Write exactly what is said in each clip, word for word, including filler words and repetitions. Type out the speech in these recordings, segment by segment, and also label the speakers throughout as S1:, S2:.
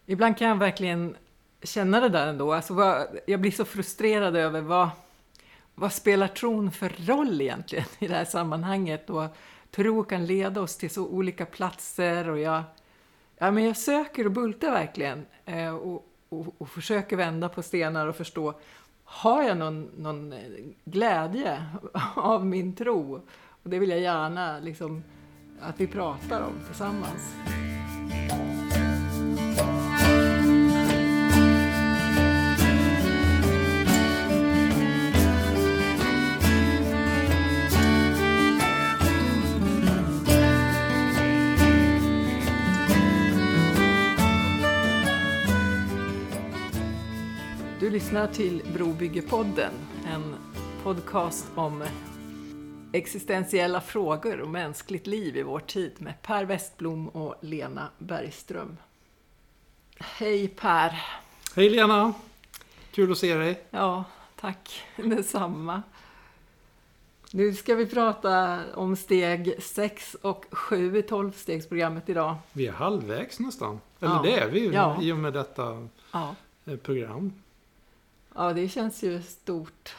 S1: Ibland kan jag verkligen känna det där ändå. Alltså vad, jag blir så frustrerad över vad, vad spelar tron för roll egentligen i det här sammanhanget. Och tro kan leda oss till så olika platser. Och jag, ja, men jag söker och bultar verkligen. Eh, och, och, och försöker vända på stenar och förstå. Har jag någon, någon glädje av min tro? Och det vill jag gärna liksom, att vi pratar om tillsammans. Du lyssnar till Brobyggepodden, en podcast om existentiella frågor och mänskligt liv i vår tid med Per Westblom och Lena Bergström. Hej Per!
S2: Hej Lena! Kul att se dig.
S1: Ja, tack. Detsamma. Nu ska vi prata om steg sex och sju i tolvstegsprogrammet idag.
S2: Vi är halvvägs nästan. Eller
S1: ja.
S2: det är vi
S1: ja.
S2: i och med detta ja. program.
S1: Ja, det känns ju stort.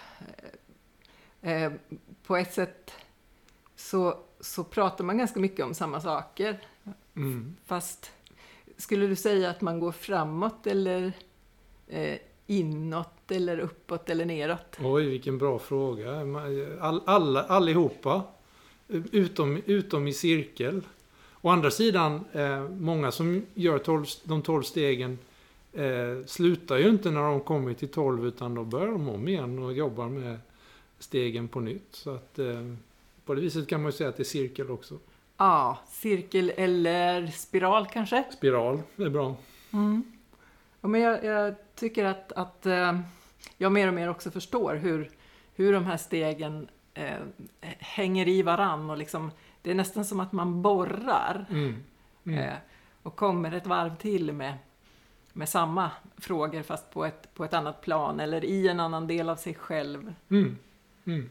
S1: Eh, på ett sätt så, så pratar man ganska mycket om samma saker.
S2: Mm.
S1: Fast skulle du säga att man går framåt eller eh, inåt eller uppåt eller neråt?
S2: Oj, vilken bra fråga. All, alla, allihopa, utom, utom i cirkel. Å andra sidan, eh, många som gör tolv, de tolv stegen Eh, slutar ju inte när de kommer till tolv, utan då börjar de om igen och jobbar med stegen på nytt. Så att eh, på det viset kan man ju säga att det är cirkel också.
S1: Ja, cirkel eller spiral kanske?
S2: Spiral, det är bra.
S1: Mm. Ja, men jag, jag tycker att, att eh, jag mer och mer också förstår hur, hur de här stegen eh, hänger i varann. Och liksom, det är nästan som att man borrar
S2: mm. Mm.
S1: Eh, och kommer ett varv till med med samma frågor fast på ett, på ett annat plan eller i en annan del av sig själv.
S2: Mm. Mm.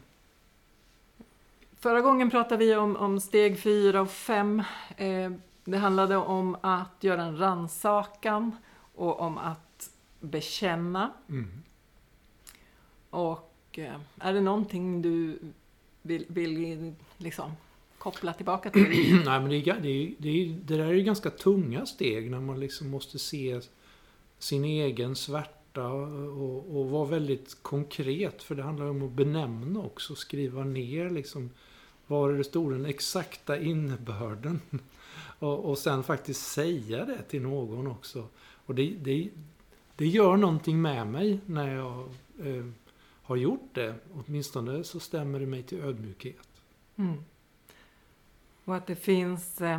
S1: Förra gången pratade vi om, om steg fyra och fem. Eh, det handlade om att göra en rannsakan och om att bekänna.
S2: Mm.
S1: Och eh, är det någonting du vill, vill liksom koppla tillbaka till?
S2: Nej, men det, är, det, är, det, är, det där är ju ganska tunga steg när man liksom måste se sin egen svärta och, och vara väldigt konkret, för det handlar om att benämna också, skriva ner liksom vad är det stor, den exakta innebörden och, och sen faktiskt säga det till någon också. Och det, det, det gör någonting med mig när jag eh, har gjort det, åtminstone så stämmer det mig till ödmjukhet.
S1: Mm. Och att det finns... Eh,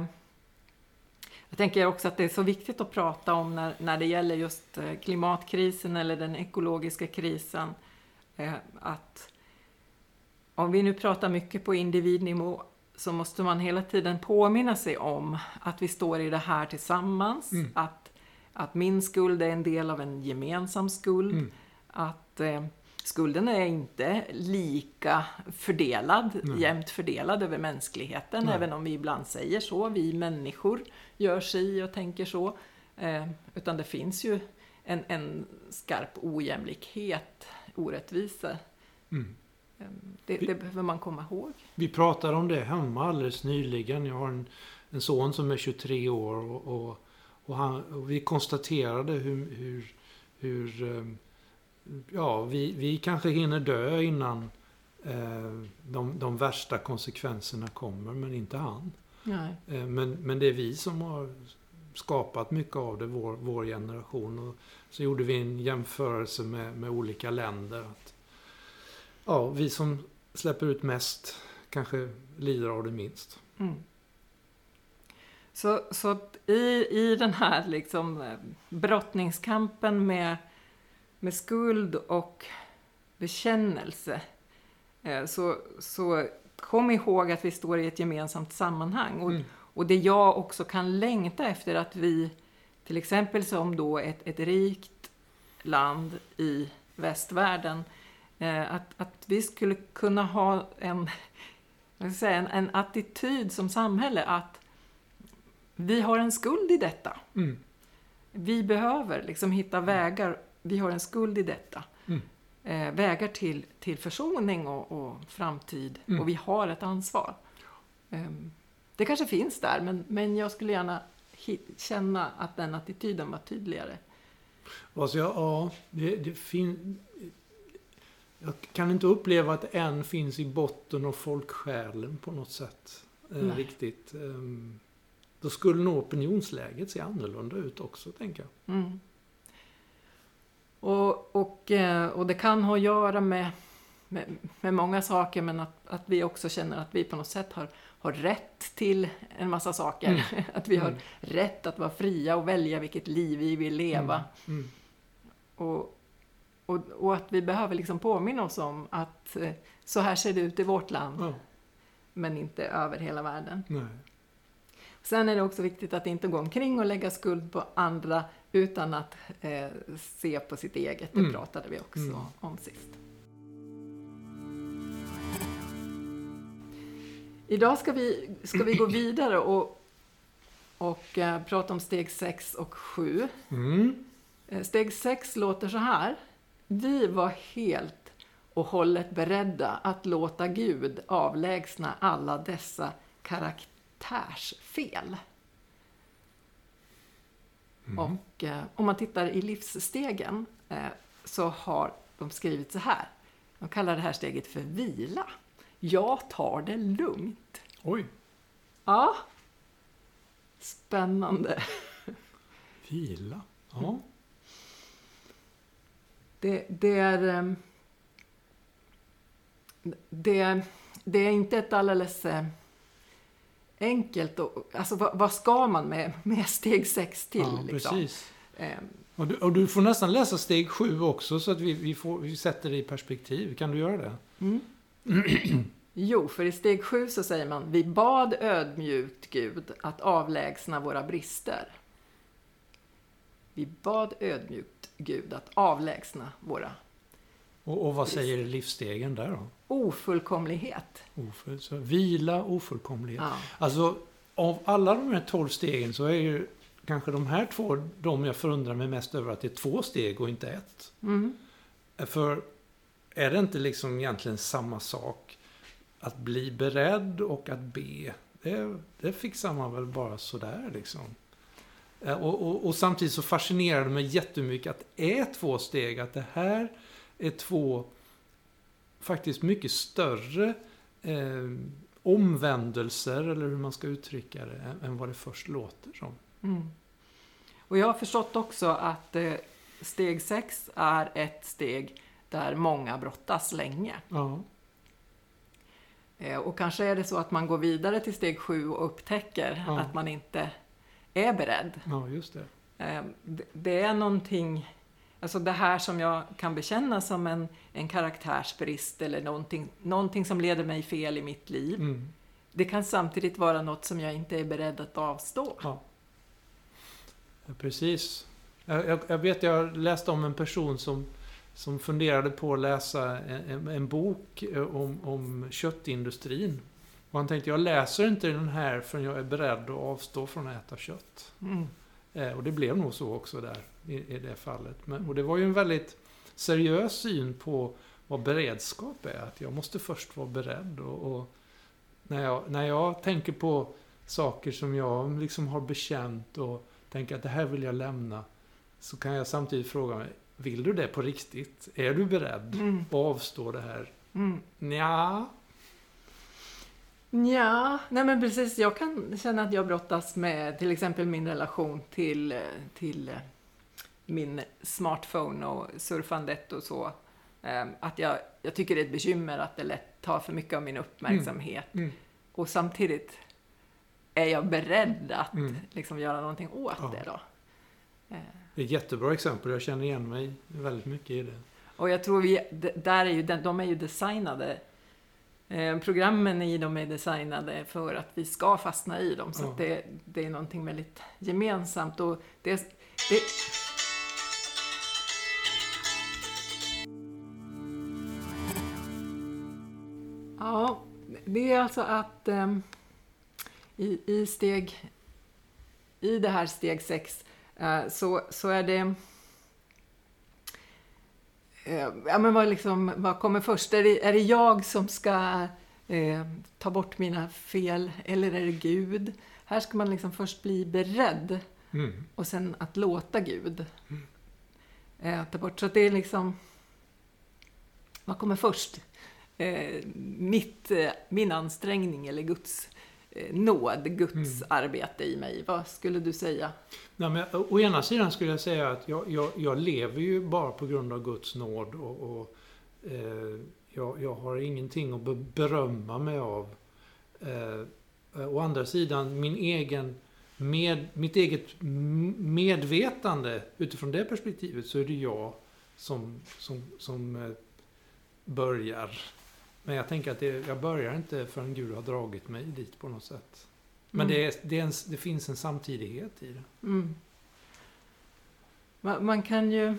S1: jag tänker också att det är så viktigt att prata om när, när det gäller just eh, klimatkrisen eller den ekologiska krisen. Eh, att om vi nu pratar mycket på individnivå så måste man hela tiden påminna sig om att vi står i det här tillsammans. Mm. Att, att min skuld är en del av en gemensam skuld. Mm. Att... Eh, Skulden är inte lika fördelad, Nej. jämnt fördelad över mänskligheten. Nej. Även om vi ibland säger så. Vi människor gör sig och tänker så. Eh, utan det finns ju en, en skarp ojämlikhet, orättvisa. Mm. Eh, det, det behöver man komma ihåg.
S2: Vi pratade om det hemma alldeles nyligen. Jag har en, en son som är tjugotre år. Och, och, och, han, och vi konstaterade hur... hur, hur Ja, vi, vi kanske hinner dö innan eh, de, de värsta konsekvenserna kommer, men inte han.
S1: Nej.
S2: Eh, men, men det är vi som har skapat mycket av det, vår, vår generation. Och så gjorde vi en jämförelse med, med olika länder. Att, ja, vi som släpper ut mest kanske lider av det minst.
S1: Mm. Så, så i, i den här liksom, brottningskampen med Med skuld och bekännelse så, så kom ihåg att vi står i ett gemensamt sammanhang. Och, mm. och det jag också kan längta efter att vi, till exempel som då ett, ett rikt land i västvärlden, att, att vi skulle kunna ha en, jag ska säga, en, en attityd som samhälle att vi har en skuld i detta.
S2: Mm.
S1: vi behöver liksom hitta vägar, vi har en skuld i detta.
S2: Mm.
S1: Eh, vägar till, till försoning och, och framtid.
S2: Mm.
S1: Och vi har ett ansvar. Eh, det kanske finns där, men, men jag skulle gärna hit, känna att den attityden var tydligare.
S2: Alltså, ja, ja det, det fin... Jag kan inte uppleva att det än finns i botten av folksjälen på något sätt. Eh, riktigt. Eh, då skulle nog opinionsläget se annorlunda ut också, tänker jag.
S1: Mm. Och, och, och det kan ha att göra med, med, med många saker, men att, att vi också känner att vi på något sätt har, har rätt till en massa saker. Mm. Att vi har mm. rätt att vara fria och välja vilket liv vi vill leva. Mm. Mm. Och, och, och att vi behöver liksom påminna oss om att så här ser det ut i vårt land. Mm. Men inte över hela världen.
S2: Nej.
S1: Sen är det också viktigt att inte gå omkring och lägga skuld på andra utan att eh, se på sitt eget. Det mm. pratade vi också mm. om sist. Idag ska vi, ska vi gå vidare och, och eh, prata om steg sex och sju.
S2: Mm.
S1: Eh, steg sex låter så här. Vi var helt och hållet beredda att låta Gud avlägsna alla dessa karaktärsfel. Mm. Och eh, om man tittar i livsstegen eh, så har de skrivit så här. De kallar det här steget för vila. Jag tar det lugnt.
S2: Oj.
S1: Ja. Spännande.
S2: Vila. Ja. Mm.
S1: Det, det är eh, det, det är inte ett alldeles eh, enkelt. Och, alltså vad, vad ska man med, med steg sex till?
S2: Ja,
S1: liksom?
S2: Precis.
S1: Eh,
S2: och, du, och du får nästan läsa steg sju också så att vi, vi, får, vi sätter det i perspektiv. Kan du göra det?
S1: Mm. Jo, för i steg sju så säger man vi bad ödmjukt Gud att avlägsna våra brister. Vi bad ödmjukt Gud att avlägsna våra
S2: Och, och vad säger livsstegen där då?
S1: Ofullkomlighet.
S2: Ofull, så vila, ofullkomlighet.
S1: Ja.
S2: Alltså, av alla de här tolv stegen så är ju kanske de här två de jag förundrar mig mest över att det är två steg och inte ett.
S1: Mm.
S2: För är det inte liksom egentligen samma sak att bli beredd och att be? Det, det fixar man väl bara sådär liksom. Och, och, och samtidigt så fascinerar det mig jättemycket att det är två steg. Att det här är två faktiskt mycket större eh, omvändelser, eller hur man ska uttrycka det, än, än vad det först låter som.
S1: Mm. Och jag har förstått också att eh, steg sex är ett steg där många brottas länge.
S2: Ja.
S1: Eh, och kanske är det så att man går vidare till steg sju och upptäcker ja. att man inte är beredd.
S2: Ja, just det.
S1: Eh, det, det är någonting... Alltså det här som jag kan bekänna som en, en karaktärsbrist eller någonting, någonting som leder mig fel i mitt liv.
S2: Mm.
S1: Det kan samtidigt vara något som jag inte är beredd att avstå.
S2: Ja, ja precis. Jag, jag, jag vet, jag läste om en person som, som funderade på att läsa en, en bok om, om köttindustrin. Och han tänkte, jag läser inte den här förrän jag är beredd att avstå från att äta kött.
S1: Mm.
S2: Eh, och det blev nog så också där. I, i det fallet. Men, och det var ju en väldigt seriös syn på vad beredskap är. Att jag måste först vara beredd. Och, och när, jag, när jag tänker på saker som jag liksom har bekänt och tänker att det här vill jag lämna, så kan jag samtidigt fråga mig, vill du det på riktigt? Är du beredd
S1: Mm.
S2: att avstå det här?
S1: Mm.
S2: Nja.
S1: Ja, nej men precis. Jag kan känna att jag brottas med till exempel min relation till, till min smartphone och surfandet och så. Att jag, jag tycker det är ett bekymmer att det lätt tar för mycket av min uppmärksamhet.
S2: Mm. Mm.
S1: Och samtidigt är jag beredd att
S2: mm.
S1: liksom göra någonting åt
S2: ja.
S1: det då.
S2: Det är ett jättebra exempel. Jag känner igen mig väldigt mycket i det.
S1: Och jag tror vi, där är ju, de är ju designade. Programmen i dem är designade för att vi ska fastna i dem. Så
S2: ja.
S1: att det, det är någonting väldigt gemensamt. Och det, det, ja, det är alltså att um, i, i, steg, i det här steg sex eh, så, så är det... Eh, ja, men vad, liksom, vad kommer först? Är det, är det jag som ska eh, ta bort mina fel, eller är det Gud? Här ska man liksom först bli beredd
S2: Mm.
S1: och sen att låta Gud
S2: Mm.
S1: eh, ta bort. Så att det är liksom... Vad kommer först? Eh, mitt, eh, min ansträngning eller Guds eh, nåd, Guds
S2: Mm.
S1: arbete i mig. Vad skulle du säga?
S2: Nej, men, å ena sidan skulle jag säga att jag, jag, jag lever ju bara på grund av Guds nåd. Och, och eh, jag, jag har ingenting att be- berömma mig av. Eh, å andra sidan, min egen, med, mitt eget m- medvetande utifrån det perspektivet, så är det jag som, som, som eh, börjar. Men jag tänker att det, jag börjar inte förrän Gud har dragit mig dit på något sätt. Men
S1: Mm.
S2: det, är, det, är en, det finns en samtidighet i det.
S1: Mm. Man, man kan ju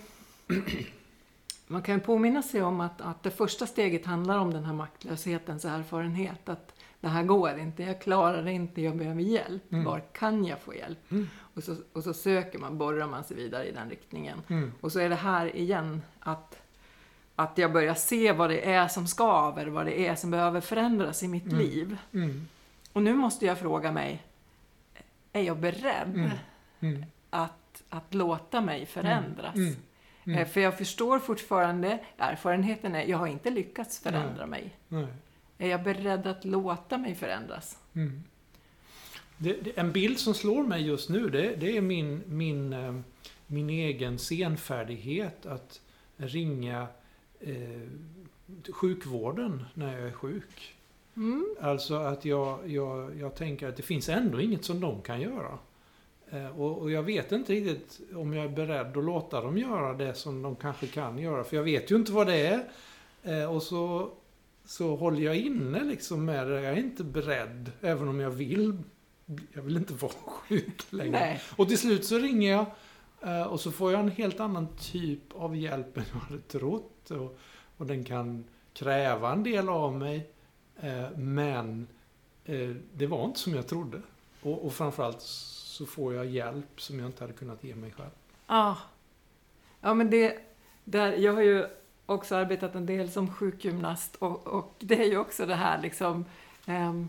S1: man kan ju påminna sig om att, att det första steget handlar om den här maktlöshetens erfarenhet. Att det här går inte, jag klarar det inte, jag behöver hjälp.
S2: Mm.
S1: Var kan jag få hjälp?
S2: Mm.
S1: Och, så, och så söker man, borrar man sig vidare i den riktningen.
S2: Mm.
S1: Och så är det här igen att, att jag börjar se vad det är som skaver, vad det är som behöver förändras i mitt
S2: Mm.
S1: liv.
S2: Mm.
S1: Och nu måste jag fråga mig, är jag beredd
S2: Mm. Mm.
S1: att, att låta mig förändras?
S2: Mm. Mm.
S1: Eh, För jag förstår fortfarande, erfarenheten är, jag har inte lyckats förändra mig.
S2: Nej.
S1: Är jag beredd att låta mig förändras?
S2: Mm. Det, det, en bild som slår mig just nu, det, det är min, min, eh, min egen senfärdighet att ringa eh, sjukvården när jag är sjuk.
S1: Mm.
S2: Alltså att jag, jag, jag tänker att det finns ändå inget som de kan göra. Eh, och, och jag vet inte riktigt om jag är beredd att låta dem göra det som de kanske kan göra. För jag vet ju inte vad det är. Eh, och så, så håller jag inne liksom med det. Jag är inte beredd, även om jag vill. Jag vill inte vara sjuk längre.
S1: Nej.
S2: Och till slut så ringer jag. eh, Och så får jag en helt annan typ av hjälp än jag hade trott. Och, och den kan kräva en del av mig. Eh, men eh, det var inte som jag trodde. Och, och framförallt så får jag hjälp som jag inte hade kunnat ge mig själv.
S1: Ja. Ja, men det, där, jag har ju också arbetat en del som sjukgymnast och, och det är ju också det här liksom ehm,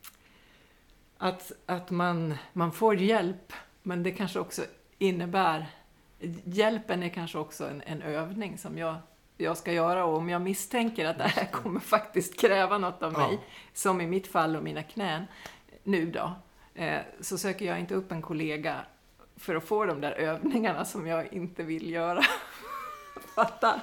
S1: att, att man, man får hjälp, men det kanske också innebär, hjälpen är kanske också en, en övning som jag jag ska göra, och om jag misstänker att det här kommer faktiskt kräva något av mig,
S2: Ja.
S1: som i mitt fall och mina knän nu då, eh, så söker jag inte upp en kollega för att få de där övningarna som jag inte vill göra. Fattar?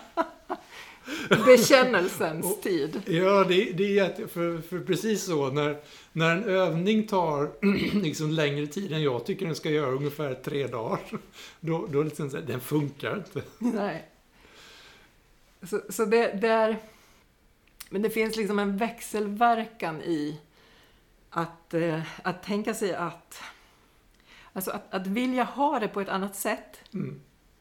S1: Bekännelsens
S2: Och-
S1: tid.
S2: Ja, det, det är jätte, för, för precis så. När, när en övning tar liksom längre tid än jag tycker den ska göra, ungefär tre dagar, då, då liksom, så här, den funkar inte.
S1: Nej. Så, så det, det är... Men det finns liksom en växelverkan i att, eh, att tänka sig att... Alltså att, att vilja ha det på ett annat sätt.
S2: Mm.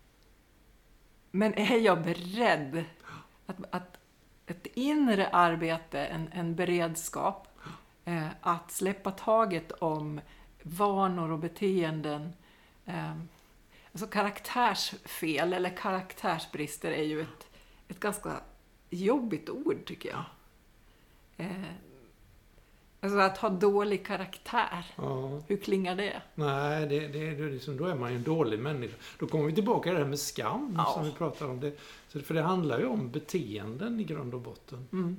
S1: Men är jag beredd att, att ett inre arbete, en, en beredskap, eh, att släppa taget om vanor och beteenden. Eh, alltså karaktärsfel eller karaktärsbrister är ju ett, ett ganska jobbigt ord, tycker jag. Eh, alltså att ha dålig karaktär.
S2: Ja.
S1: Hur klingar det?
S2: Nej, det, det, det är liksom, då är man ju en dålig människa. Då kommer vi tillbaka till det här med skam
S1: Ja.
S2: som vi pratar om. Det, så, för det handlar ju om beteenden i grund och botten.
S1: Mm.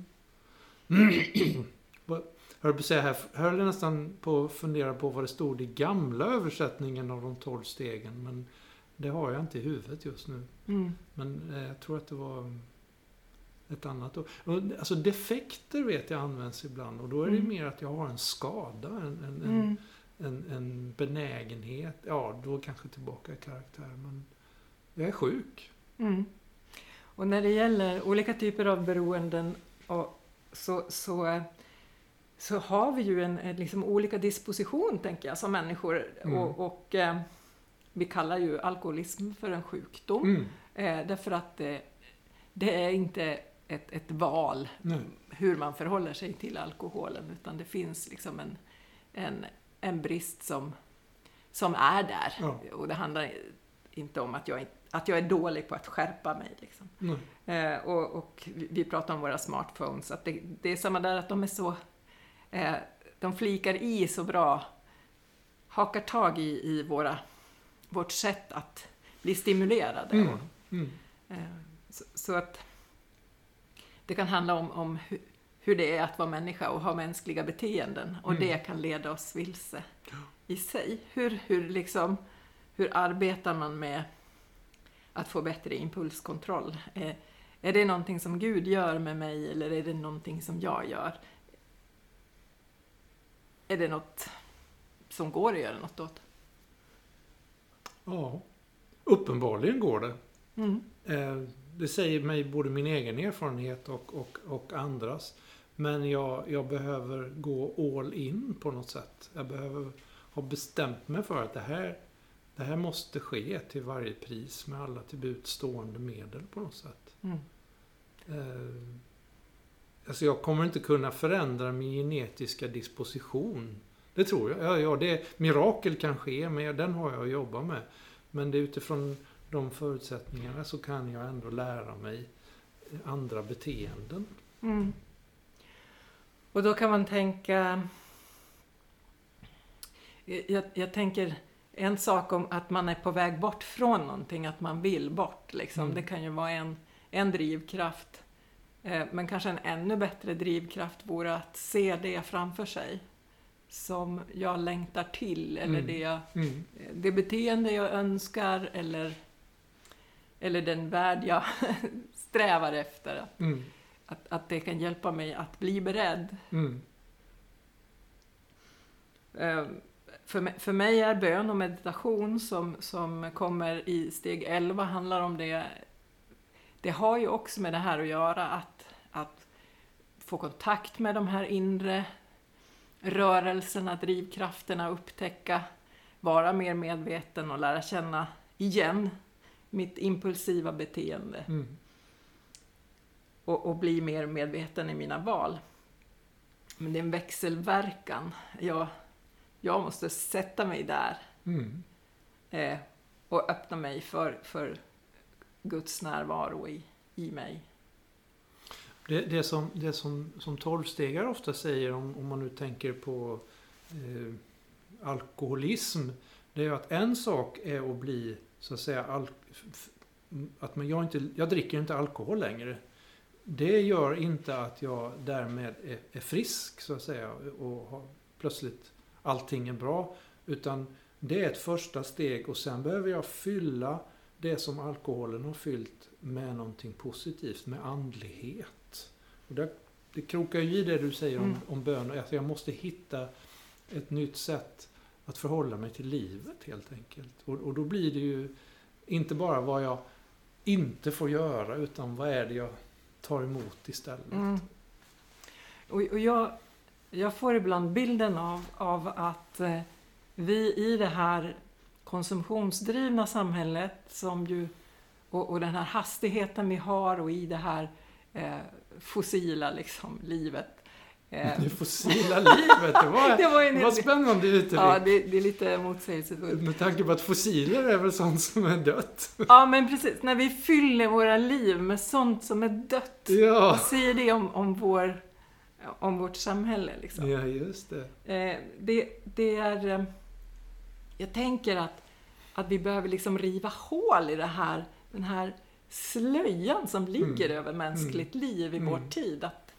S2: Hör på säga här, höll jag nästan på att fundera på vad det stod i gamla översättningen av de tolv stegen. Men det har jag inte i huvudet just nu.
S1: Mm.
S2: Men eh, jag tror att det var ett annat. Och, och, alltså defekter vet jag används ibland. Och då är det
S1: Mm.
S2: mer att jag har en skada. En, en, en,
S1: Mm.
S2: en, en benägenhet. Ja, då kanske tillbaka i karaktär. Men jag är sjuk.
S1: Mm. Och när det gäller olika typer av beroenden och så, så, så har vi ju en, en liksom olika disposition, tänker jag, som människor.
S2: Mm.
S1: Och, och eh, vi kallar ju alkoholism för en sjukdom.
S2: Mm.
S1: Eh, därför att eh, det är inte ett, ett val
S2: Nej.
S1: hur man förhåller sig till alkoholen, utan det finns liksom en, en, en brist som, som är där.
S2: Ja.
S1: Och det handlar inte om att jag, att jag är dålig på att skärpa mig. Liksom.
S2: Mm.
S1: Eh, och, och vi pratar om våra smartphones. Att det, det är samma där att de är så... Eh, de flikar i så bra. Hakar tag i, i våra, vårt sätt att bli stimulerade.
S2: Mm.
S1: Och,
S2: Mm.
S1: eh, så, så att det kan handla om, om hur, hur det är att vara människa och ha mänskliga beteenden. Och
S2: Mm.
S1: det kan leda oss vilse i sig. Hur, hur, liksom, hur arbetar man med att få bättre impulskontroll? Eh, är det någonting som Gud gör med mig eller är det någonting som jag gör? Är det något som går att göra något åt?
S2: Ja, uppenbarligen går det.
S1: Mm.
S2: Eh, det säger mig både min egen erfarenhet och, och, och andras. Men jag, jag behöver gå all in på något sätt. Jag behöver ha bestämt mig för att det här, det här måste ske till varje pris med alla tillbudstående medel på något sätt.
S1: Mm.
S2: Eh, alltså jag kommer inte kunna förändra min genetiska disposition. Det tror jag. Ja, ja, det, mirakel kan ske, men den har jag att jobba med. Men det är utifrån de förutsättningarna så kan jag ändå lära mig andra beteenden.
S1: Mm. Och då kan man tänka... Jag, jag tänker en sak om att man är på väg bort från någonting, att man vill bort. Liksom.
S2: Mm.
S1: Det kan ju vara en, en drivkraft. Eh, men kanske en ännu bättre drivkraft vore att se det framför sig. Som jag längtar till, eller
S2: Mm.
S1: det, jag,
S2: Mm.
S1: det beteende jag önskar, eller, eller den värld jag strävar efter.
S2: Mm.
S1: Att, att det kan hjälpa mig att bli beredd.
S2: Mm.
S1: Eh, för, mig- för mig är bön och meditation som, som kommer i steg elva handlar om det. Det har ju också med det här att göra, att, att få kontakt med de här inre rörelserna, drivkrafterna, upptäcka, vara mer medveten och lära känna igen mitt impulsiva beteende.
S2: Mm.
S1: Och, och bli mer medveten i mina val. Men det är en växelverkan. Jag, jag måste sätta mig där
S2: Mm.
S1: eh, och öppna mig för, för Guds närvaro i, i mig.
S2: Det, det som, det som, som tolvstegare ofta säger, om, om man nu tänker på eh, alkoholism, det är att en sak är att bli, så att säga, al- f- att man, jag, inte, jag dricker inte alkohol längre. Det gör inte att jag därmed är, är frisk, så att säga, och har, plötsligt allting är bra, utan det är ett första steg och sen behöver jag fylla det som alkoholen har fyllt med någonting positivt, med andlighet. Och det, det krokar ju i det du säger om,
S1: Mm.
S2: om bön. Alltså jag måste hitta ett nytt sätt att förhålla mig till livet helt enkelt. Och, och då blir det ju inte bara vad jag inte får göra, utan vad är det jag tar emot istället.
S1: Mm. Och, och jag, jag får ibland bilden av, av att eh, vi i det här konsumtionsdrivna samhället som ju, och, och den här hastigheten vi har och i det här eh, fossila liksom, livet. Eh,
S2: Det fossila livet, det var,
S1: det var, en
S2: det var
S1: hel-
S2: spännande uttryck.
S1: Ja, det, det är lite motsägelsefullt.
S2: Med tanke på att fossiler är väl sånt som är dött.
S1: Ja, men precis. När vi fyller våra liv med sånt som är dött.
S2: Ja,
S1: Vad säger det om, om, vår, om vårt samhälle? Liksom?
S2: ja just det.
S1: Eh, det, det är... Eh, jag tänker att, att vi behöver liksom riva hål i det här, den här slöjan som ligger
S2: Mm.
S1: över mänskligt liv i
S2: Mm.
S1: vår tid. Att,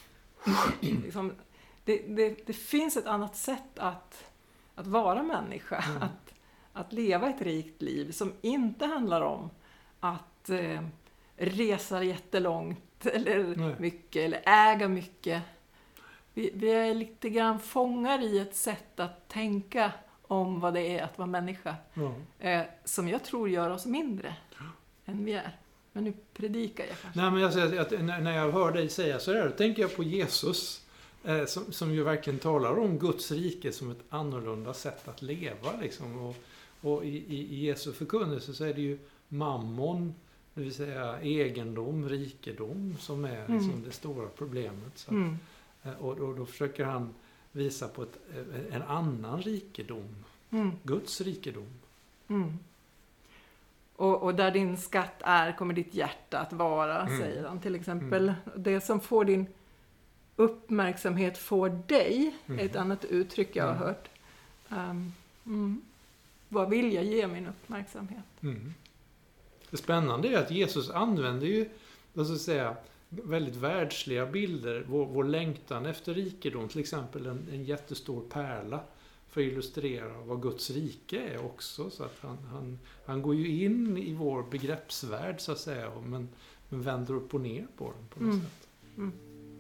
S1: liksom, det, det, det finns ett annat sätt att, att vara människa.
S2: Mm.
S1: Att, att leva ett rikt liv som inte handlar om att eh, resa jättelångt eller
S2: Nej.
S1: mycket eller äga mycket. Vi, vi är lite grann fångar i ett sätt att tänka om vad det är att vara människa.
S2: Ja.
S1: Eh, som jag tror gör oss mindre än vi är. Men nu predikar jag kanske.
S2: Nej, men jag säger att när när jag hör dig säga så där, då tänker jag på Jesus. Eh, som, som ju verkligen talar om Guds rike som ett annorlunda sätt att leva. Liksom. Och, och i, i, i Jesu förkunnelse så är det ju mammon, det vill säga egendom, rikedom, som är
S1: Mm.
S2: liksom det stora problemet. Så att,
S1: Mm.
S2: eh, och, och då försöker han visa på ett, en annan rikedom
S1: Mm.
S2: Guds rikedom.
S1: Mm. Och, och där din skatt är kommer ditt hjärta att vara,
S2: Mm.
S1: säger han till exempel.
S2: Mm.
S1: Det som får din uppmärksamhet får dig,
S2: Mm.
S1: ett annat uttryck jag har
S2: Mm.
S1: hört. Um, mm. Vad vill jag ge min uppmärksamhet?
S2: Mm. Det spännande är att Jesus använder ju, vad ska jag säga, väldigt världsliga bilder. Vår, vår längtan efter rikedom, till exempel en, en jättestor pärla, för att illustrera vad Guds rike är också. Så att han, han, han går ju in i vår begreppsvärld, så att säga, men, men vänder upp och ner på den på något
S1: Mm.
S2: sätt.
S1: Mm.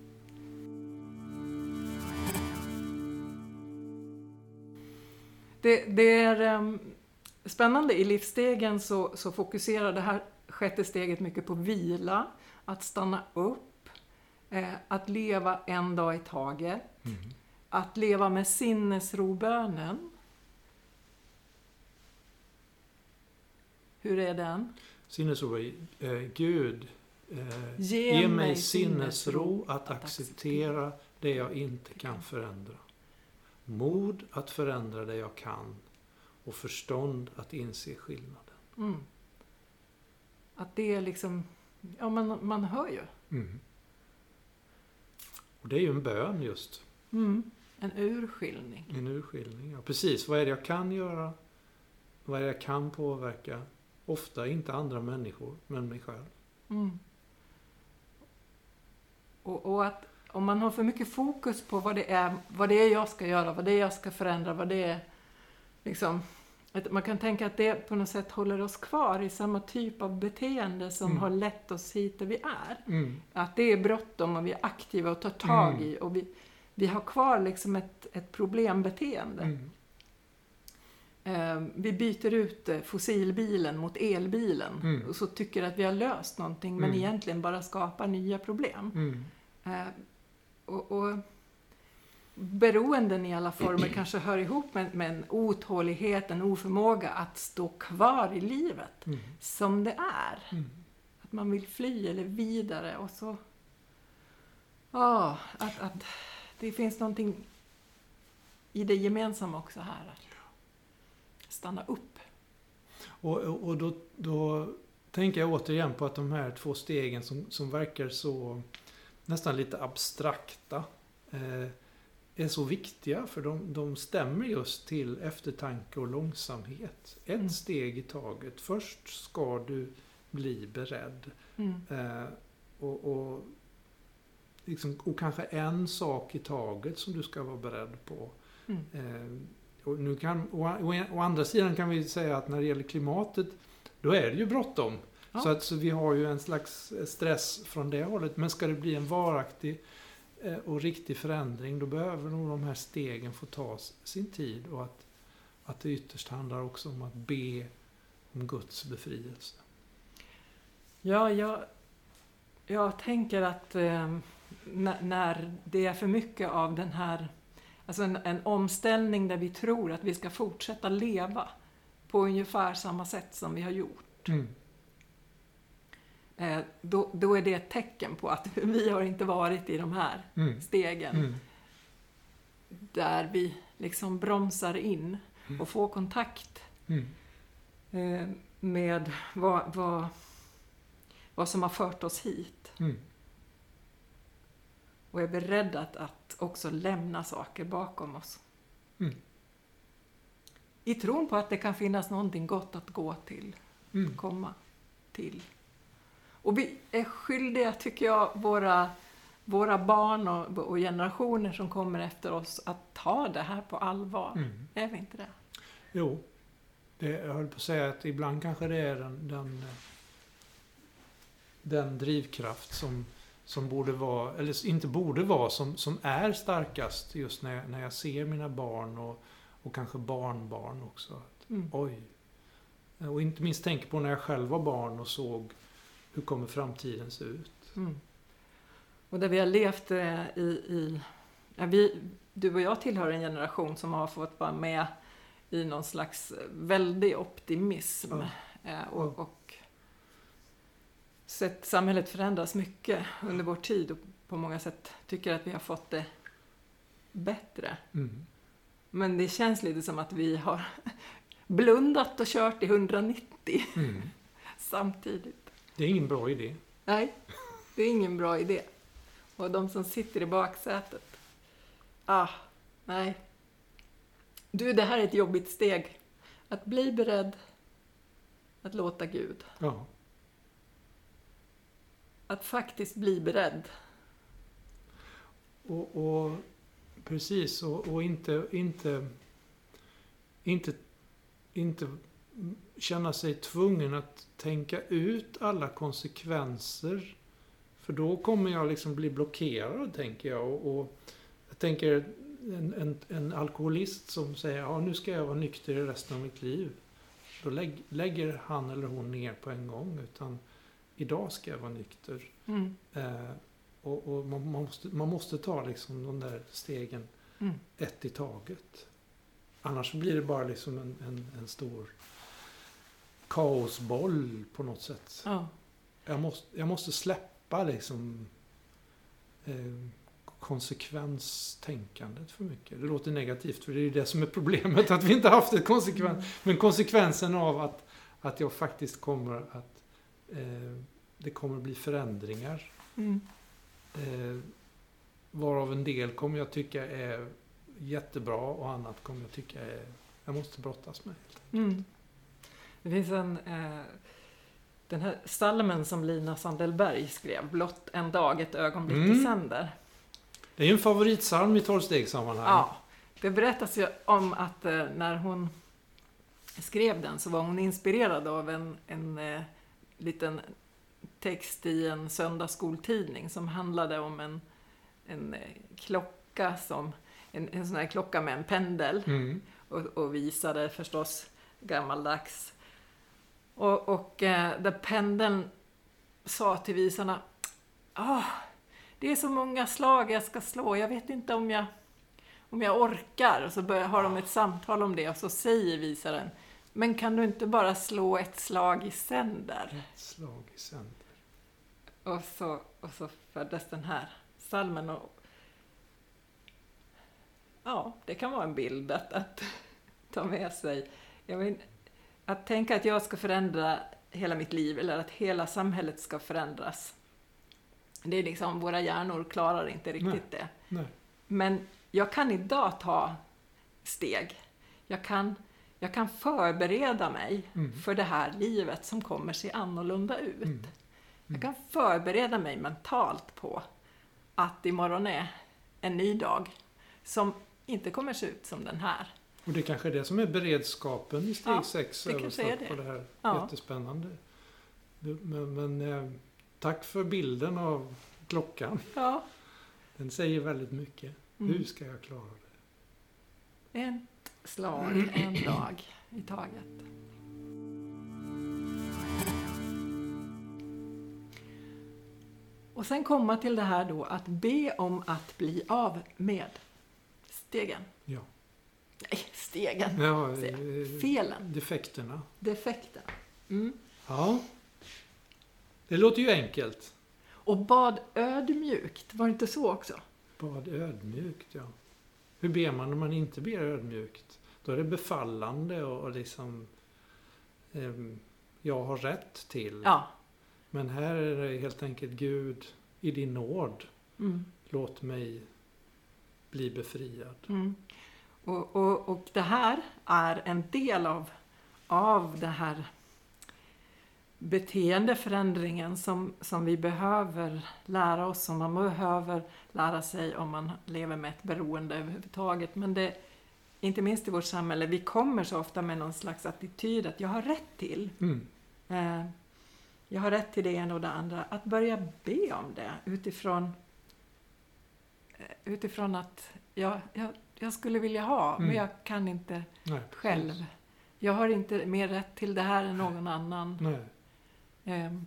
S1: Det, det är um, spännande. I livsstegen så, så fokuserar det här sjätte steget mycket på vila, att stanna upp, eh, att leva en dag i taget,
S2: Mm.
S1: att leva med sinnesrobönen. Hur är den?
S2: Sinnesro, eh, Gud, eh,
S1: Ge
S2: ge
S1: mig
S2: mig
S1: sinnesro
S2: sinnesro att
S1: att
S2: acceptera det jag inte kan förändra. Mod att förändra det jag kan. Och förstånd att inse skillnaden.
S1: Mm. Att det är liksom, ja man, man hör ju.
S2: Mm. Och det är ju en bön just.
S1: Mm. En urskiljning.
S2: En urskiljning. Ja, precis, vad är det jag kan göra? Vad är det jag kan påverka? Ofta inte andra människor, men mig själv.
S1: Mm. Och, och att om man har för mycket fokus på vad det är, vad det är jag ska göra, vad det är jag ska förändra, vad det är liksom, att man kan tänka att det på något sätt håller oss kvar i samma typ av beteende som
S2: Mm.
S1: har lett oss hit där vi är.
S2: Mm.
S1: Att det är bråttom och vi är aktiva och tar tag
S2: Mm.
S1: i och vi, vi har kvar liksom ett, ett problembeteende.
S2: Mm.
S1: Eh, vi byter ut eh, fossilbilen mot elbilen
S2: Mm.
S1: och så tycker att vi har löst någonting men
S2: Mm.
S1: egentligen bara skapar nya problem.
S2: Mm.
S1: Eh, och, och beroenden i alla former kanske hör ihop med, med en otålighet, en oförmåga att stå kvar i livet
S2: Mm.
S1: som det är.
S2: Mm.
S1: Att man vill fly eller vidare och så ja, att, att det finns någonting i det gemensamma också här. Att stanna upp.
S2: Och, och, och då, då tänker jag återigen på att de här två stegen som, som verkar så nästan lite abstrakta eh, är så viktiga, för de, de stämmer just till eftertanke och långsamhet. Ett
S1: Mm.
S2: steg i taget. Först ska du bli beredd.
S1: Mm.
S2: Eh, och, och, liksom, och kanske en sak i taget som du ska vara beredd på.
S1: Mm.
S2: Eh, och nu kan, å, å, å andra sidan kan vi säga att när det gäller klimatet, då är det ju bråttom.
S1: Ja.
S2: Så, att, så vi har ju en slags stress från det hållet. Men ska det bli en varaktig eh, och riktig förändring, då behöver nog de här stegen få ta sin tid. Och att, att det ytterst handlar också om att be om Guds befrielse.
S1: Ja, jag, jag tänker att eh, när, när det är för mycket av den här, alltså en, en omställning där vi tror att vi ska fortsätta leva på ungefär samma sätt som vi har gjort.
S2: Mm.
S1: Eh, då, då är det ett tecken på att vi har inte varit i de här
S2: Mm.
S1: stegen
S2: Mm.
S1: där vi liksom bromsar in
S2: Mm.
S1: och får kontakt
S2: Mm.
S1: eh, med vad, vad, vad som har fört oss hit.
S2: Mm.
S1: Och är beredda att, att också lämna saker bakom oss.
S2: Mm.
S1: I tron på att det kan finnas någonting gott att gå till,
S2: Mm.
S1: komma till. Och vi är skyldiga, tycker jag, våra, våra barn och, och generationer som kommer efter oss att ta det här på allvar.
S2: Mm.
S1: Är vi inte det?
S2: Jo, det, jag höll på att säga att ibland kanske det är den, den, den drivkraft som, som borde vara, eller inte borde vara, som, som är starkast just när jag, när jag ser mina barn och, och kanske barnbarn också. Att,
S1: Mm.
S2: oj. Och inte minst tänker på när jag själv var barn och såg hur kommer framtiden se ut.
S1: Mm. Och där vi har levt eh, i... i ja, vi, du och jag tillhör en generation som har fått vara med i någon slags väldig optimism.
S2: Ja.
S1: Eh, och, och sett samhället förändras mycket under vår tid och på många sätt tycker att vi har fått det bättre.
S2: Mm.
S1: Men det känns lite som att vi har blundat och kört i hundranittio
S2: Mm.
S1: samtidigt.
S2: Det är ingen bra idé.
S1: Nej, det är ingen bra idé. Och de som sitter i baksätet. Ah, nej. Du, det här är ett jobbigt steg. Att bli beredd att låta Gud.
S2: Ja.
S1: Att faktiskt bli beredd.
S2: Och, och precis, och, och inte, inte, inte, inte känna sig tvungen att tänka ut alla konsekvenser. För då kommer jag liksom bli blockerad, tänker jag. Och, och jag tänker en, en, en alkoholist som säger, ja, nu ska jag vara nykter i resten av mitt liv. Då lägg, lägger han eller hon ner på en gång, utan idag ska jag vara nykter.
S1: Mm.
S2: Eh, och och man, man, måste, man måste ta liksom de där stegen
S1: Mm.
S2: ett i taget. Annars blir det bara liksom en, en, en stor kaosboll på något sätt.
S1: Ja.
S2: Jag måste, jag måste släppa liksom eh, konsekvenstänkandet för mycket. Det låter negativt, för det är ju det som är problemet, att vi inte haft ett konsekvens.
S1: Mm.
S2: Men konsekvensen av att, att jag faktiskt kommer att eh, det kommer bli förändringar.
S1: Mm.
S2: Eh, varav en del kommer jag tycka är jättebra och annat kommer jag tycka är, jag måste brottas med.
S1: Mm. Det finns en eh, den här salmen som Lina Sandelberg skrev, blott en dag, ett ögonblick
S2: Mm.
S1: i sänder.
S2: Det är ju en favoritsalm i tolvstegssammanhang.
S1: Ja, det berättas ju om att eh, när hon skrev den så var hon inspirerad av en, en eh, liten text i en söndagsskoltidning som handlade om en, en eh, klocka som en, en sån här klocka med en pendel
S2: Mm.
S1: och, och visade förstås gammaldags. Och, och eh, där pendeln sa till visarna, ah, det är så många slag jag ska slå, jag vet inte om jag, om jag orkar. Och så börjar, har de ett samtal om det och så säger visaren, men kan du inte bara slå ett slag i sänder?
S2: Ett slag i sänder.
S1: Och så, och så föddes den här salmen. Och, ja, det kan vara en bild att, att ta med sig. Jag vill, att tänka att jag ska förändra hela mitt liv eller att hela samhället ska förändras. Det är liksom, våra hjärnor klarar inte riktigt
S2: Nej.
S1: det.
S2: Nej.
S1: Men jag kan idag ta steg. Jag kan, jag kan förbereda mig
S2: Mm.
S1: för det här livet som kommer se annorlunda ut.
S2: Mm.
S1: Jag kan förbereda mig mentalt på att imorgon är en ny dag som inte kommer se ut som den här.
S2: Och det kanske är det som är beredskapen i steg
S1: Ja,
S2: sex
S1: det kanske är
S2: översatt
S1: det.
S2: på det här.
S1: Ja.
S2: Jättespännande. Men, men eh, tack för bilden av klockan.
S1: Ja.
S2: Den säger väldigt mycket.
S1: Mm.
S2: Hur ska jag klara det?
S1: Ett slag, en dag i taget. Och sen komma till det här då att be om att bli av med stegen.
S2: Ja.
S1: Nej, stegen.
S2: Ja,
S1: Se,
S2: eh,
S1: Felen,
S2: defekterna.
S1: defekten. Mm.
S2: Ja. Det låter ju enkelt.
S1: Och bad ödmjukt, var det inte så också?
S2: Bad ödmjukt, ja. Hur ber man när man inte ber ödmjukt? Då är det befallande och, och liksom ehm, jag har rätt till.
S1: Ja.
S2: Men här är det helt enkelt Gud i din nåd.
S1: Mm.
S2: Låt mig bli befriad.
S1: Mm. Och, och, och det här är en del av, av det här beteendeförändringen som, som vi behöver lära oss, som man behöver lära sig om man lever med ett beroende överhuvudtaget. Men det, inte minst i vårt samhälle, vi kommer så ofta med någon slags attityd att jag har rätt till.
S2: Mm.
S1: Eh, jag har rätt till det ena och det andra. Att börja be om det utifrån, eh, utifrån att jag, jag, jag skulle vilja ha,
S2: Mm.
S1: men jag kan inte
S2: Nej,
S1: själv.
S2: precis.
S1: Jag har inte mer rätt till det här än någon annan.
S2: Nej.
S1: Ehm,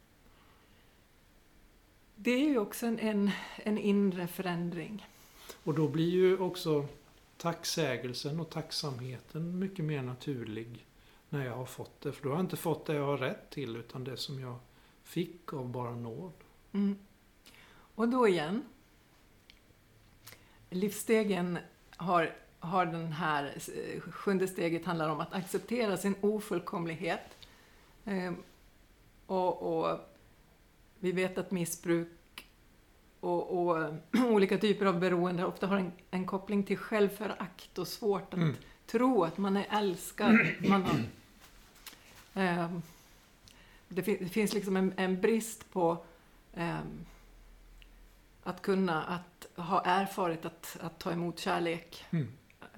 S1: Det är ju också en, en, en inre förändring.
S2: Och då blir ju också tacksägelsen och tacksamheten mycket mer naturlig när jag har fått det. För då har jag inte fått det jag har rätt till, utan det som jag fick av bara nåd.
S1: Mm. Och då igen, livsstegen har, har den här sjunde steget handlar om att acceptera sin ofullkomlighet. Eh, och, och vi vet att missbruk och, och olika typer av beroende ofta har en, en koppling till självförakt och svårt att mm. tro att man är älskad. Man har, eh, det, fin- det finns liksom en, en brist på eh, att kunna att ha erfarit att, att ta emot kärlek. Mm.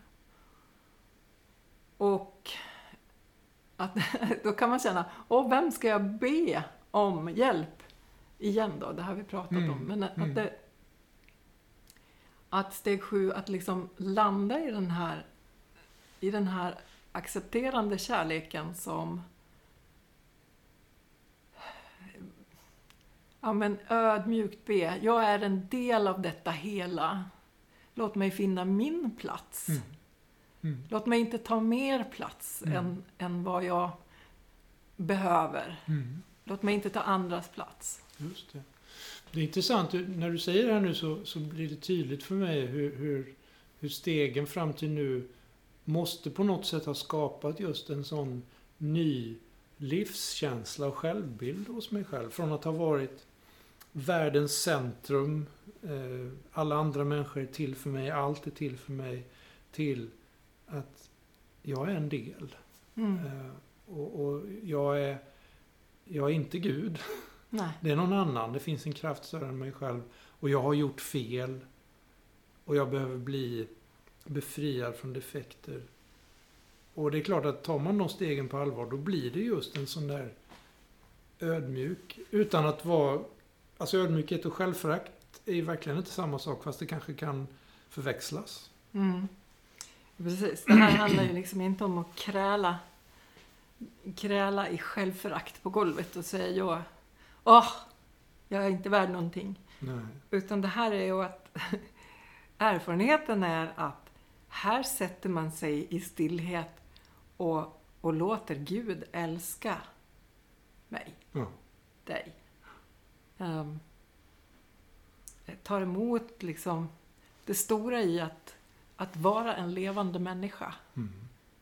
S1: Och att, då kan man känna, åh, vem ska jag be om hjälp? Igen då, det har vi pratat mm. om. Men att, mm. det, att steg sju, att liksom landa i den här i den här accepterande kärleken som ja, men ödmjukt be. Jag är en del av detta hela. Låt mig finna min plats. Mm. Mm. Låt mig inte ta mer plats mm. än, än vad jag behöver. Mm. Låt mig inte ta andras plats.
S2: Just det. Det är intressant. När du säger det här nu så, så blir det tydligt för mig hur, hur, hur stegen fram till nu måste på något sätt ha skapat just en sån ny livskänsla och självbild hos mig själv. Från att ha varit världens centrum, eh, alla andra människor är till för mig, allt är till för mig, till att jag är en del. Mm. Eh, och, och jag är jag är inte Gud.
S1: Nej.
S2: Det är någon annan. Det finns en kraft större än mig själv. Och jag har gjort fel. Och jag behöver bli befriad från defekter. Och det är klart att tar man de stegen på allvar, då blir det just en sån där ödmjuk. Utan att vara... Alltså ödmjukhet och självförakt är ju verkligen inte samma sak, fast det kanske kan förväxlas.
S1: Mm. Precis. Det här handlar ju liksom inte om att kräla kräla i självförakt på golvet och säga jag, åh, jag är inte värd någonting.
S2: Nej.
S1: Utan det här är ju att erfarenheten är att här sätter man sig i stillhet och, och låter Gud älska mig,
S2: ja.
S1: dig. Um, tar emot liksom det stora i att, att vara en levande människa.
S2: Mm.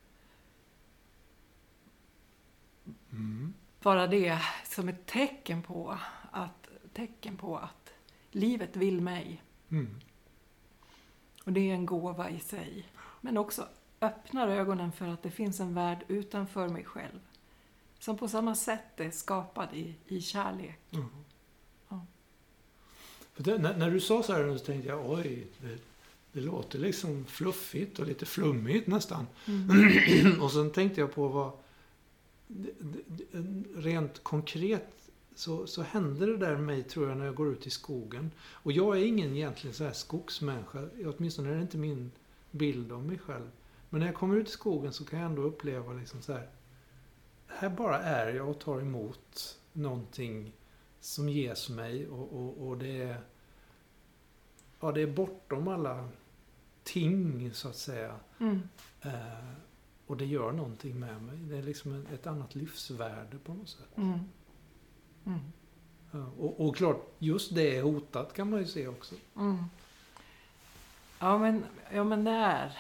S2: Mm.
S1: Bara det som ett tecken på att, tecken på att livet vill mig.
S2: Mm.
S1: Och det är en gåva i sig. Men också öppnar ögonen för att det finns en värld utanför mig själv. Som på samma sätt är skapad i, i kärlek.
S2: Mm.
S1: Ja.
S2: För det, när, när du sa så här så tänkte jag, oj, det, det låter liksom fluffigt och lite flummigt nästan. Mm. Och sen tänkte jag på vad det, det, rent konkret så, så händer det där med mig, tror jag, när jag går ut i skogen. Och jag är ingen egentligen så här skogsmänniska. Åtminstone är det inte min bild om mig själv. Men när jag kommer ut i skogen så kan jag ändå uppleva liksom så här. Här bara är jag och tar emot någonting som ges mig. Och, och, och det är ja, det är bortom alla ting, så att säga.
S1: Mm.
S2: Eh, och det gör någonting med mig. Det är liksom ett annat livsvärde på något sätt.
S1: Mm. Mm.
S2: Ja, och, och klart, just det är hotat kan man ju se också.
S1: Mm. Ja, men, ja, men det är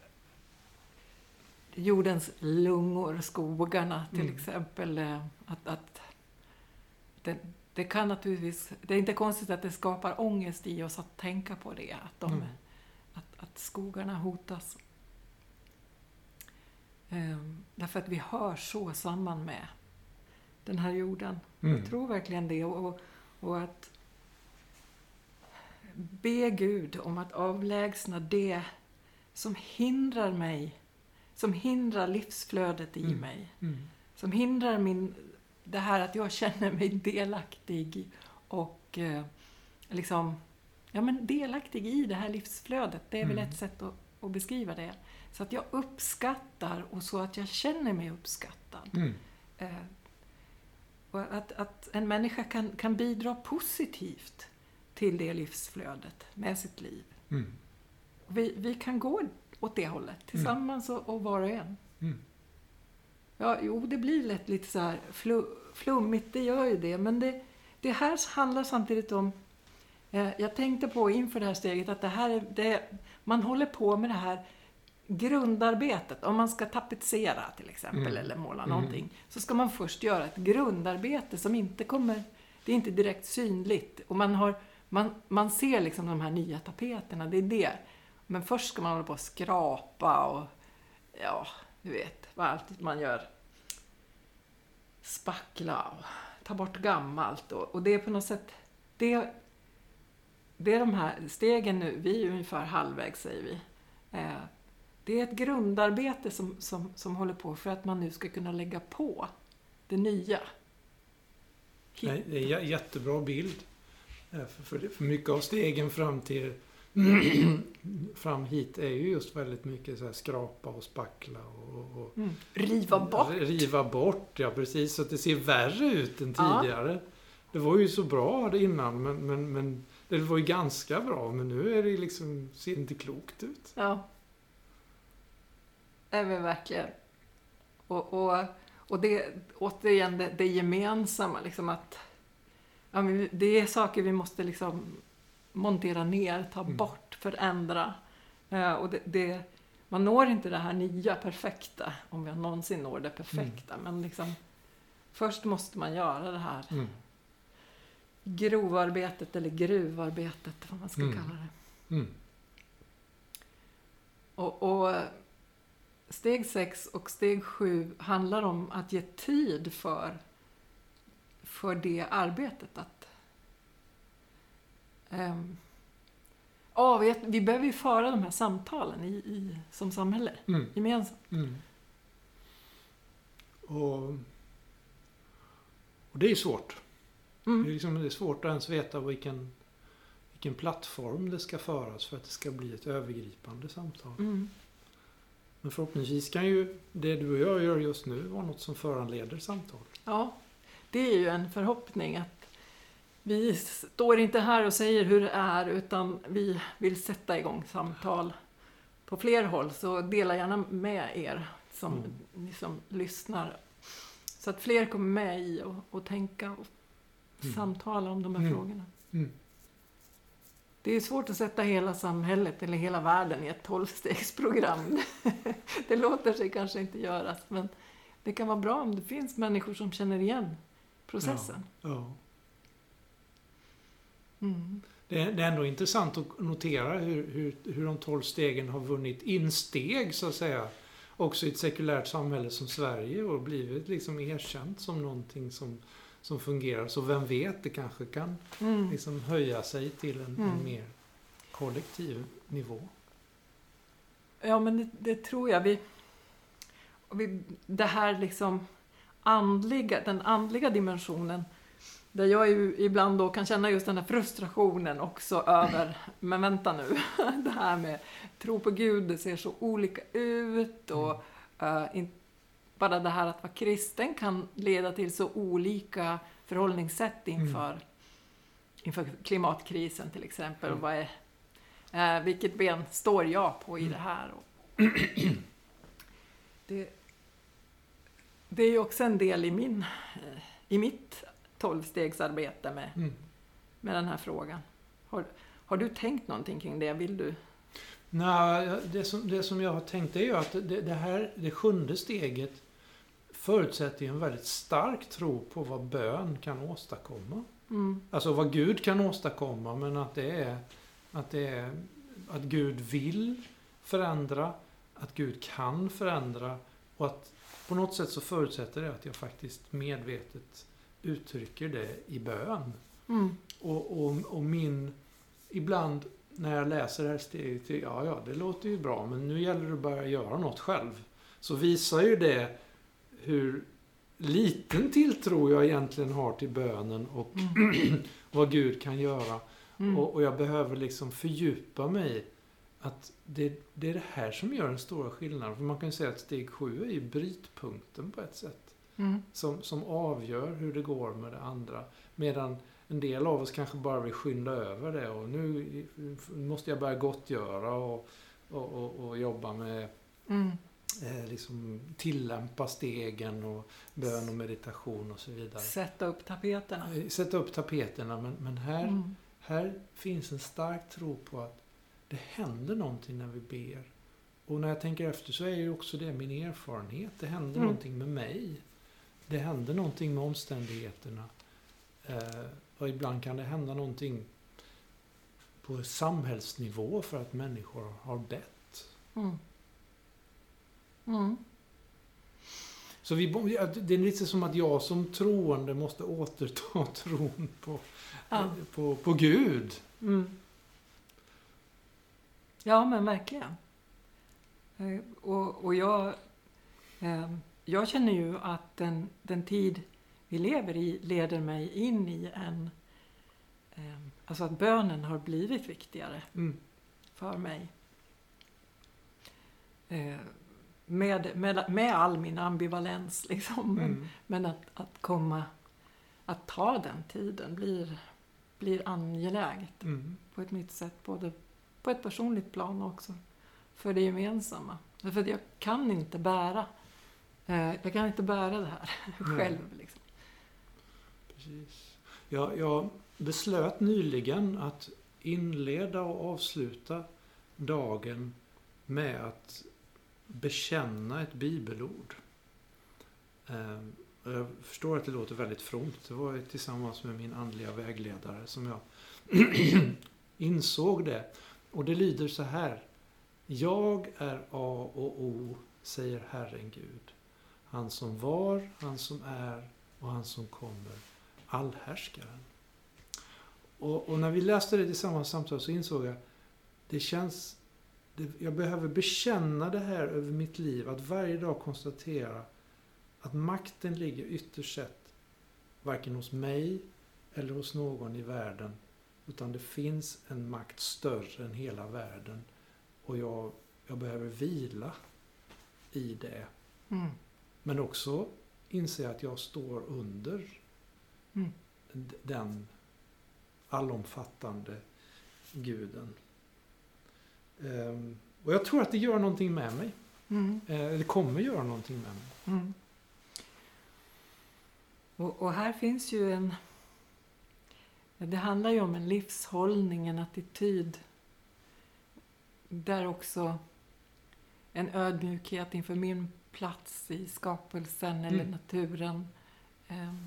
S1: jordens lungor, skogarna till mm. exempel. Att, att det, det kan naturligtvis, det är inte konstigt att det skapar ångest i oss att tänka på det. Att, de, mm. att, att skogarna hotas. Um, därför att vi hör så samman med den här jorden. Mm. Jag tror verkligen det. Och, och att be Gud om att avlägsna det som hindrar mig, som hindrar livsflödet i
S2: mm.
S1: mig.
S2: Mm.
S1: Som hindrar min, det här att jag känner mig delaktig och eh, liksom, ja, men delaktig i det här livsflödet. Det är mm. väl ett sätt att, att beskriva det. Så att jag uppskattar och så att jag känner mig uppskattad.
S2: Mm.
S1: Eh, och att, att en människa kan, kan bidra positivt till det livsflödet med sitt liv.
S2: Mm.
S1: Vi, vi kan gå åt det hållet tillsammans mm. och, och var och en.
S2: Mm.
S1: Ja, jo, det blir lätt lite så här flu, flummigt, det gör ju det. Men det, det här handlar samtidigt om, eh, jag tänkte på inför det här steget att det här är, det, man håller på med det här grundarbetet, om man ska tapetsera till exempel
S2: Mm.
S1: eller måla
S2: Mm.
S1: någonting, så ska man först göra ett grundarbete som inte kommer, det är inte direkt synligt. Och man, har, man, man ser liksom de här nya tapeterna, det är det. Men först ska man hålla på att skrapa och ja, du vet, vad allt man gör. Spackla och ta bort gammalt. Och, och det är på något sätt, det, det är de här stegen nu, vi är ungefär halvvägs säger vi. Eh, det är ett grundarbete som, som, som håller på för att man nu ska kunna lägga på det nya. Hit.
S2: Nej, det är en jättebra bild. Eh, För, för, för mycket av stegen fram till fram hit är ju just väldigt mycket så här skrapa och spackla och, och
S1: Mm. Riva bort.
S2: riva bort, ja precis, så att det ser värre ut än
S1: Ja.
S2: tidigare. Det var ju så bra det innan, men, men, men det var ju ganska bra, men nu är det liksom, ser inte klokt ut.
S1: Ja. Nej men verkligen. Och, och, och det, återigen det, det gemensamma liksom att ja, men det är saker vi måste liksom montera ner, ta
S2: Mm.
S1: bort, förändra. Eh, och det, det, man når inte det här nya perfekta om vi någonsin når det perfekta. Men liksom först måste man göra det här
S2: Mm.
S1: grovarbetet eller gruvarbetet, vad man ska
S2: Mm.
S1: kalla det.
S2: Mm.
S1: Och, och steg sex och steg sju handlar om att ge tid för, för det arbetet. Att, um, ja, vi, vi behöver ju föra de här samtalen i, i, som samhälle,
S2: Mm.
S1: gemensamt.
S2: Mm. Och, och det är svårt. Det är,
S1: Mm.
S2: liksom, det är svårt att ens veta vilken, vilken plattform det ska föras för att det ska bli ett övergripande samtal.
S1: Mm.
S2: Men förhoppningsvis kan ju det du och jag gör just nu vara något som föranleder samtal.
S1: Ja, det är ju en förhoppning att vi står inte här och säger hur det är, utan vi vill sätta igång samtal på fler håll. Så dela gärna med er som,
S2: Mm.
S1: ni som lyssnar. Så att fler kommer med i och, och tänka och
S2: Mm.
S1: samtala om de här
S2: Mm.
S1: frågorna.
S2: Mm.
S1: Det är svårt att sätta hela samhället eller hela världen i ett tolvstegsprogram. Det låter sig kanske inte göras, men det kan vara bra om det finns människor som känner igen processen.
S2: Ja.
S1: Mm.
S2: Det, är, det är ändå intressant att notera hur, hur, hur de tolv stegen har vunnit insteg så att säga. Också i ett sekulärt samhälle som Sverige och blivit liksom erkänt som någonting som, som fungerar. Så vem vet, det kanske kan
S1: Mm.
S2: liksom höja sig till en,
S1: Mm.
S2: en mer kollektiv nivå.
S1: Ja, men det, det tror jag. Vi, och vi, det här liksom andliga, den andliga dimensionen, där jag ju ibland då kan känna just den här frustrationen också över, men vänta nu, det här med tro på Gud, det ser så olika ut och uh, in, bara det här att vara kristen kan leda till så olika förhållningssätt inför, mm. inför klimatkrisen till exempel.
S2: Mm.
S1: Och vad är, uh, vilket ben står jag på i
S2: Mm.
S1: det här? Och det, det är ju också en del i, min, i mitt tolvstegsarbete med,
S2: Mm.
S1: med den här frågan. Har, har du tänkt någonting kring det? Vill du?
S2: Nej, det som, det som jag har tänkt är ju att det, det här, det sjunde steget förutsätter ju en väldigt stark tro på vad bön kan åstadkomma.
S1: Mm.
S2: Alltså vad Gud kan åstadkomma, men att det är att, det är, att Gud vill förändra, att Gud kan förändra och att på något sätt så förutsätter det att jag faktiskt medvetet uttrycker det i bön.
S1: Mm.
S2: Och, och, och min, ibland när jag läser det här steget, ja ja det låter ju bra, men nu gäller det att börja göra något själv. Så visar ju det hur liten tilltro jag egentligen har till bönen och
S1: Mm.
S2: vad Gud kan göra.
S1: Mm.
S2: Och, och jag behöver liksom fördjupa mig i att det, det är det här som gör den stora skillnaden. För man kan ju säga att steg sju är ju brytpunkten på ett sätt.
S1: Mm.
S2: Som, som avgör hur det går med det andra. Medan en del av oss kanske bara vill skynda över det. Och nu måste jag börja gottgöra och, och, och, och jobba med
S1: Mm.
S2: eh, liksom tillämpa stegen och bön och meditation och så vidare.
S1: Sätta upp tapeterna.
S2: Sätta upp tapeterna, men, men här,
S1: Mm.
S2: här finns en stark tro på att det händer någonting när vi ber. och när jag tänker efter så är ju också det min erfarenhet. Det händer
S1: Mm.
S2: någonting med mig. Det händer någonting med omständigheterna. Eh, och ibland kan det hända någonting på samhällsnivå för att människor har bett.
S1: Mm. Mm.
S2: Så vi, det är lite som att jag som troende måste återta tron på,
S1: Ja.
S2: på, på Gud.
S1: Mm. Ja, men verkligen. Eh, Och, och jag, eh, jag känner ju att den, den tid vi lever i leder mig in i en... Eh, alltså att bönen har blivit viktigare
S2: Mm.
S1: för mig. Eh, med, med, med all min ambivalens liksom. Men,
S2: Mm.
S1: men att, att komma... Att ta den tiden blir, blir angeläget
S2: Mm.
S1: på ett nytt sätt. Både på ett personligt plan också. För det gemensamma. För att jag kan inte bära... Eh, jag kan inte bära det här själv. Liksom.
S2: Precis. Jag, jag beslöt nyligen att inleda och avsluta dagen med att bekänna ett bibelord. Eh, jag förstår att det låter väldigt fromt. Det var tillsammans med min andliga vägledare som jag insåg det. Och det lyder så här. Jag är A och O, säger Herren Gud. Han som var, han som är och han som kommer. Allhärskaren. Och, och när vi läste det tillsammans samtidigt så insåg jag det känns, det, jag behöver bekänna det här över mitt liv. Att varje dag konstatera att makten ligger ytterst sett varken hos mig eller hos någon i världen. Utan det finns en makt större än hela världen. Och jag, jag behöver vila i det.
S1: Mm.
S2: Men också inse att jag står under
S1: Mm.
S2: d- den allomfattande guden. Ehm, och jag tror att det gör någonting med mig.
S1: Mm.
S2: Eh, det kommer göra någonting med mig.
S1: Mm. Och, och här finns ju en... Det handlar ju om en livshållning, en attityd. Där också en ödmjukhet inför min plats i skapelsen eller
S2: Mm.
S1: naturen. Ehm,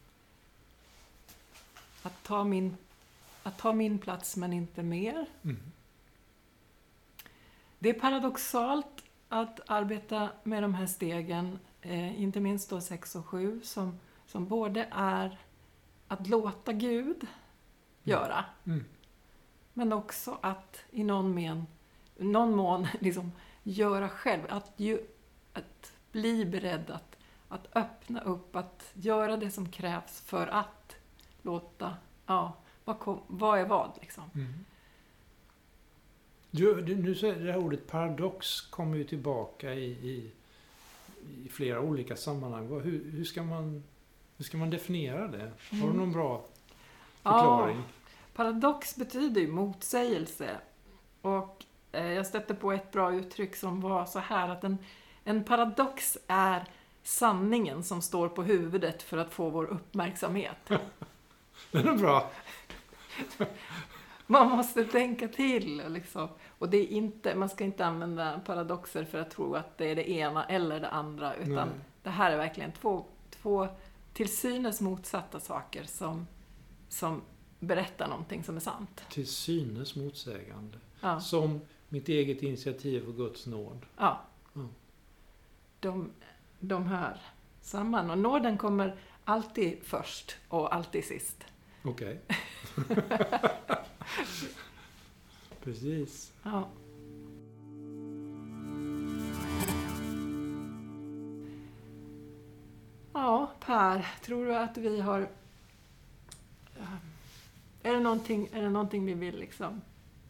S1: att, ta min, att ta min plats men inte mer.
S2: Mm.
S1: Det är paradoxalt att arbeta med de här stegen, eh, inte minst då sex och sju, som, som både är att låta Gud göra,
S2: Mm.
S1: men också att i någon, men, någon mån liksom göra själv. Att, ju, att bli beredd att, att öppna upp, att göra det som krävs för att låta, ja, vad, kom, vad är vad liksom.
S2: Mm. Du, du, nu säger det här ordet paradox kommer ju tillbaka i, i, i flera olika sammanhang. Vad, hur, hur, ska man, hur ska man definiera det?
S1: Mm.
S2: Har du någon bra förklaring?
S1: Ja, paradox betyder ju motsägelse. Och eh, jag stötte på ett bra uttryck som var så här att en, en paradox är sanningen som står på huvudet för att få vår uppmärksamhet.
S2: Den är bra.
S1: Man måste tänka till. Liksom. Och det är inte, man ska inte använda paradoxer för att tro att det är det ena eller det andra. Utan
S2: Nej.
S1: det här är verkligen två, två till synes motsatta saker som, som berättar någonting som är sant.
S2: Till synes motsägande.
S1: Ja.
S2: Som mitt eget initiativ och Guds nåd.
S1: Ja.
S2: Mm.
S1: De, de hör samman. Och nåden kommer alltid först och alltid sist.
S2: Okej. Precis.
S1: Ja. Ja, Per, tror du att vi har... Är det någonting, är det någonting vi vill liksom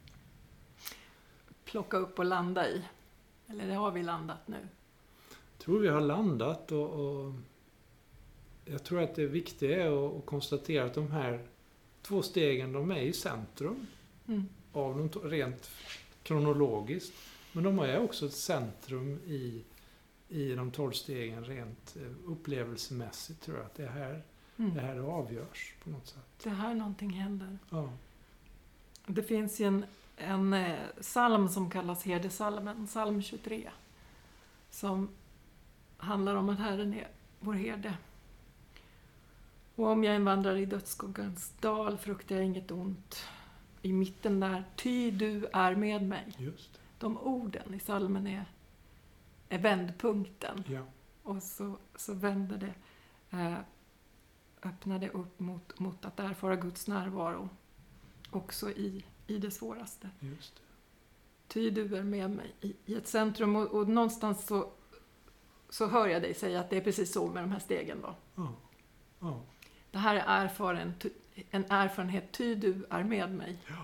S1: plocka upp och landa i? Eller det har vi landat nu?
S2: Jag tror vi har landat och, och jag tror att det viktiga är att, att konstatera att de här två stegen, de är i centrum
S1: Mm.
S2: av dem to- rent kronologiskt. Men de är också ett centrum i, i de tolv stegen rent eh, upplevelsemässigt, tror jag. Att det är här
S1: Mm.
S2: det här avgörs på något sätt.
S1: Det här någonting händer.
S2: Ja.
S1: Det finns ju en, en eh, psalm som kallas herdesalmen, psalm tjugotre. Som handlar om att Herren är vår herde. Och om jag vandrar i dödsskuggans dal fruktar jag inget ont. I mitten där, ty du är med mig.
S2: Just det.
S1: De orden i psalmen är, är vändpunkten.
S2: Ja.
S1: Och så, så vänder det, eh, öppnar det upp mot, mot att erfara Guds närvaro. Också i, i det svåraste.
S2: Just det.
S1: Ty du är med mig i, i ett centrum. Och, och någonstans så, så hör jag dig säga att det är precis så med de här stegen då.
S2: Ja. Ja.
S1: Det här är erfaren, en erfarenhet, ty du är med mig.
S2: Ja.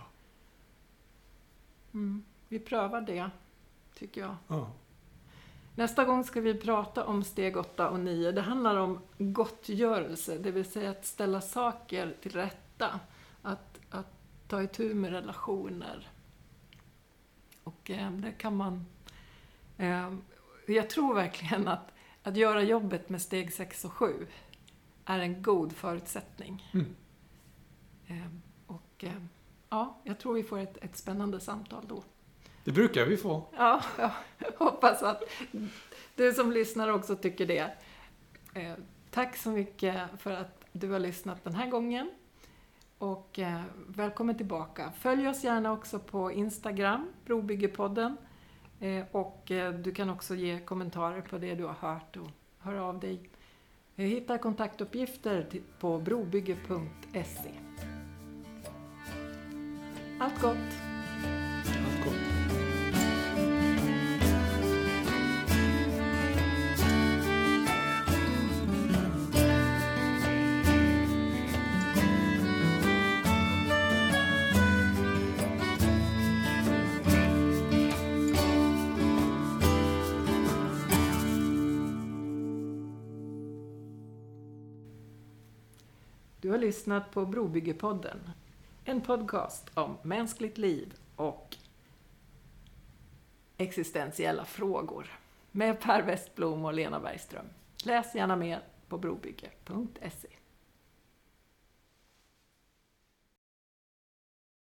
S1: Mm. Vi prövar det, tycker jag.
S2: Ja.
S1: Nästa gång ska vi prata om steg åtta och nio. Det handlar om gottgörelse, det vill säga att ställa saker till rätta. Att, att ta itu med relationer. Och eh, det kan man... Eh, jag tror verkligen att, att göra jobbet med steg sex och sju är en god förutsättning.
S2: Mm.
S1: Eh, och eh, ja, jag tror vi får ett, ett spännande samtal då.
S2: Det brukar vi få.
S1: Ja, jag hoppas att du som lyssnar också tycker det. Eh, tack så mycket för att du har lyssnat den här gången. Och eh, välkommen tillbaka. Följ oss gärna också på Instagram, Brobyggepodden. Eh, och eh, du kan också ge kommentarer på det du har hört och höra av dig. Jag hittar kontaktuppgifter till, på brobygge punkt se. Allt gott!
S2: Allt gott.
S1: Du har lyssnat på Brobyggepodden, en podcast om mänskligt liv och existentiella frågor med Per Westblom och Lena Bergström. Läs gärna mer på brobygge punkt se.